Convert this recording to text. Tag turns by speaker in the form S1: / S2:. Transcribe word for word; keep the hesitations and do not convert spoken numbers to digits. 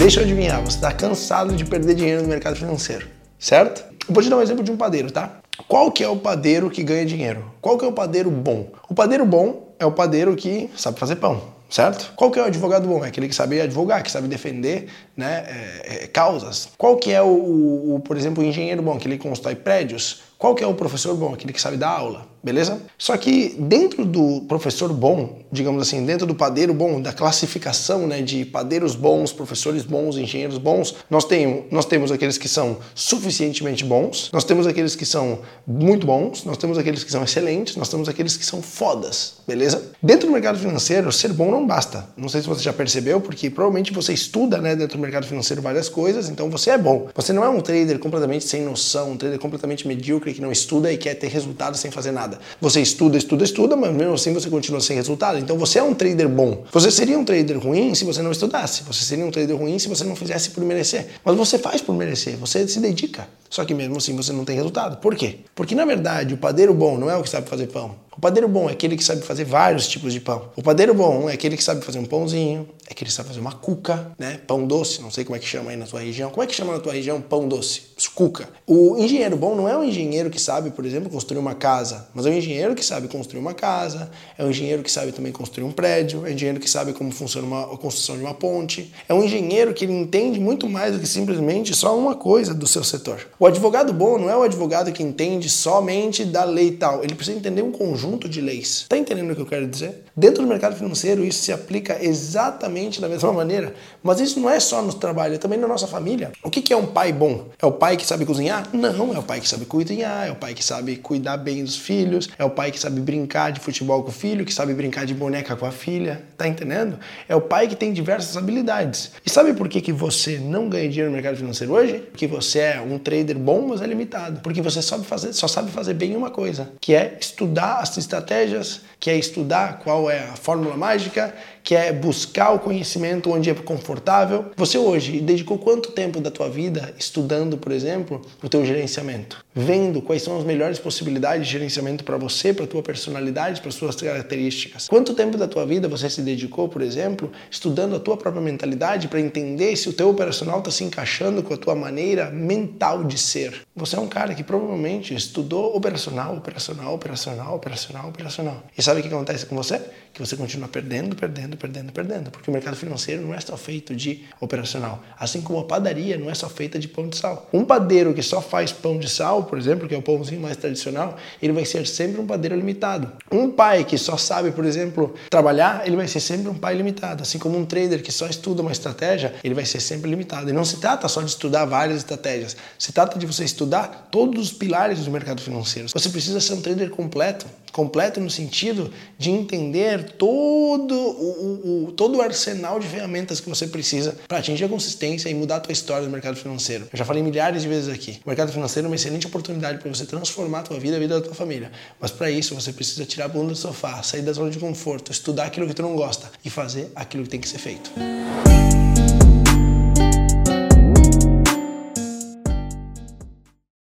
S1: Deixa eu adivinhar, você está cansado de perder dinheiro no mercado financeiro, certo? Eu vou te dar um exemplo de um padeiro, tá? Qual que é o padeiro que ganha dinheiro? Qual que é o padeiro bom? O padeiro bom é o padeiro que sabe fazer pão, certo? Qual que é o advogado bom? É aquele que sabe advogar, que sabe defender, né, é, é, causas. Qual que é o, o, o, por exemplo, o engenheiro bom? Aquele que constrói prédios. Qual que é o professor bom? Aquele que sabe dar aula, beleza? Só que dentro do professor bom, digamos assim, dentro do padeiro bom, da classificação, né, de padeiros bons, professores bons, engenheiros bons, nós, tem, nós temos aqueles que são suficientemente bons, nós temos aqueles que são muito bons, nós temos aqueles que são excelentes, nós temos aqueles que são fodas, beleza? Dentro do mercado financeiro, ser bom não basta. Não sei se você já percebeu, porque provavelmente você estuda, né, dentro do mercado financeiro várias coisas, então você é bom. Você não é um trader completamente sem noção, um trader completamente medíocre que não estuda e quer ter resultado sem fazer nada. Você estuda, estuda, estuda, mas mesmo assim você continua sem resultado. Então você é um trader bom. Você seria um trader ruim se você não estudasse. Você seria um trader ruim se você não fizesse por merecer. Mas você faz por merecer, você se dedica. Só que mesmo assim você não tem resultado. Por quê? Porque na verdade o padeiro bom não é o que sabe fazer pão. O padeiro bom é aquele que sabe fazer vários tipos de pão. O padeiro bom é aquele que sabe fazer um pãozinho, é aquele que sabe fazer uma cuca, né? Pão doce, não sei como é que chama aí na tua região. Como é que chama na tua região pão doce? Cuca. O engenheiro bom não é um engenheiro que sabe, por exemplo, construir uma casa, mas é um engenheiro que sabe construir uma casa, é um engenheiro que sabe também construir um prédio, é um engenheiro que sabe como funciona uma, a construção de uma ponte, é um engenheiro que ele entende muito mais do que simplesmente só uma coisa do seu setor. O advogado bom não é o advogado que entende somente da lei e tal, ele precisa entender um conjunto de leis. Tá entendendo o que eu quero dizer? Dentro do mercado financeiro isso se aplica exatamente da mesma maneira, mas isso não é só no trabalho, é também na nossa família. O que que é um pai bom? É o pai que sabe cozinhar? Não, é o pai que sabe cozinhar, é o pai que sabe cuidar bem dos filhos, é o pai que sabe brincar de futebol com o filho, que sabe brincar de boneca com a filha, tá entendendo? É o pai que tem diversas habilidades. E sabe por que que você não ganha dinheiro no mercado financeiro hoje? Porque você é um trader bom, mas é limitado. Porque você sabe fazer, só sabe fazer bem uma coisa, que é estudar as estratégias, que é estudar qual é a fórmula mágica, que é buscar o conhecimento onde é confortável. Você hoje dedicou quanto tempo da tua vida estudando, por exemplo, o teu gerenciamento? Vendo quais são as melhores possibilidades de gerenciamento para você, para a tua personalidade, para suas características. Quanto tempo da tua vida você se dedicou, por exemplo, estudando a tua própria mentalidade para entender se o teu operacional está se encaixando com a tua maneira mental de ser? Você é um cara que provavelmente estudou operacional, operacional, operacional, operacional, operacional. E sabe o que acontece com você? Que você continua perdendo, perdendo, perdendo, perdendo. Porque o mercado financeiro não é só feito de operacional. Assim como a padaria não é só feita de pão de sal. Um padeiro que só faz pão de sal, por exemplo, que é o pãozinho mais tradicional, ele vai ser sempre um padeiro limitado. Um pai que só sabe, por exemplo, trabalhar, ele vai ser sempre um pai limitado. Assim como um trader que só estuda uma estratégia, ele vai ser sempre limitado. E não se trata só de estudar várias estratégias. Se trata de você estudar todos os pilares do mercado financeiro. Você precisa ser um trader completo. Completo no sentido de entender todo o, o, todo o arsenal de ferramentas que você precisa para atingir a consistência e mudar a tua história no mercado financeiro. Eu já falei milhares de vezes aqui. O mercado financeiro é uma excelente oportunidade para você transformar a tua vida e a vida da tua família. Mas para isso você precisa tirar a bunda do sofá, sair da zona de conforto, estudar aquilo que tu não gosta e fazer aquilo que tem que ser feito.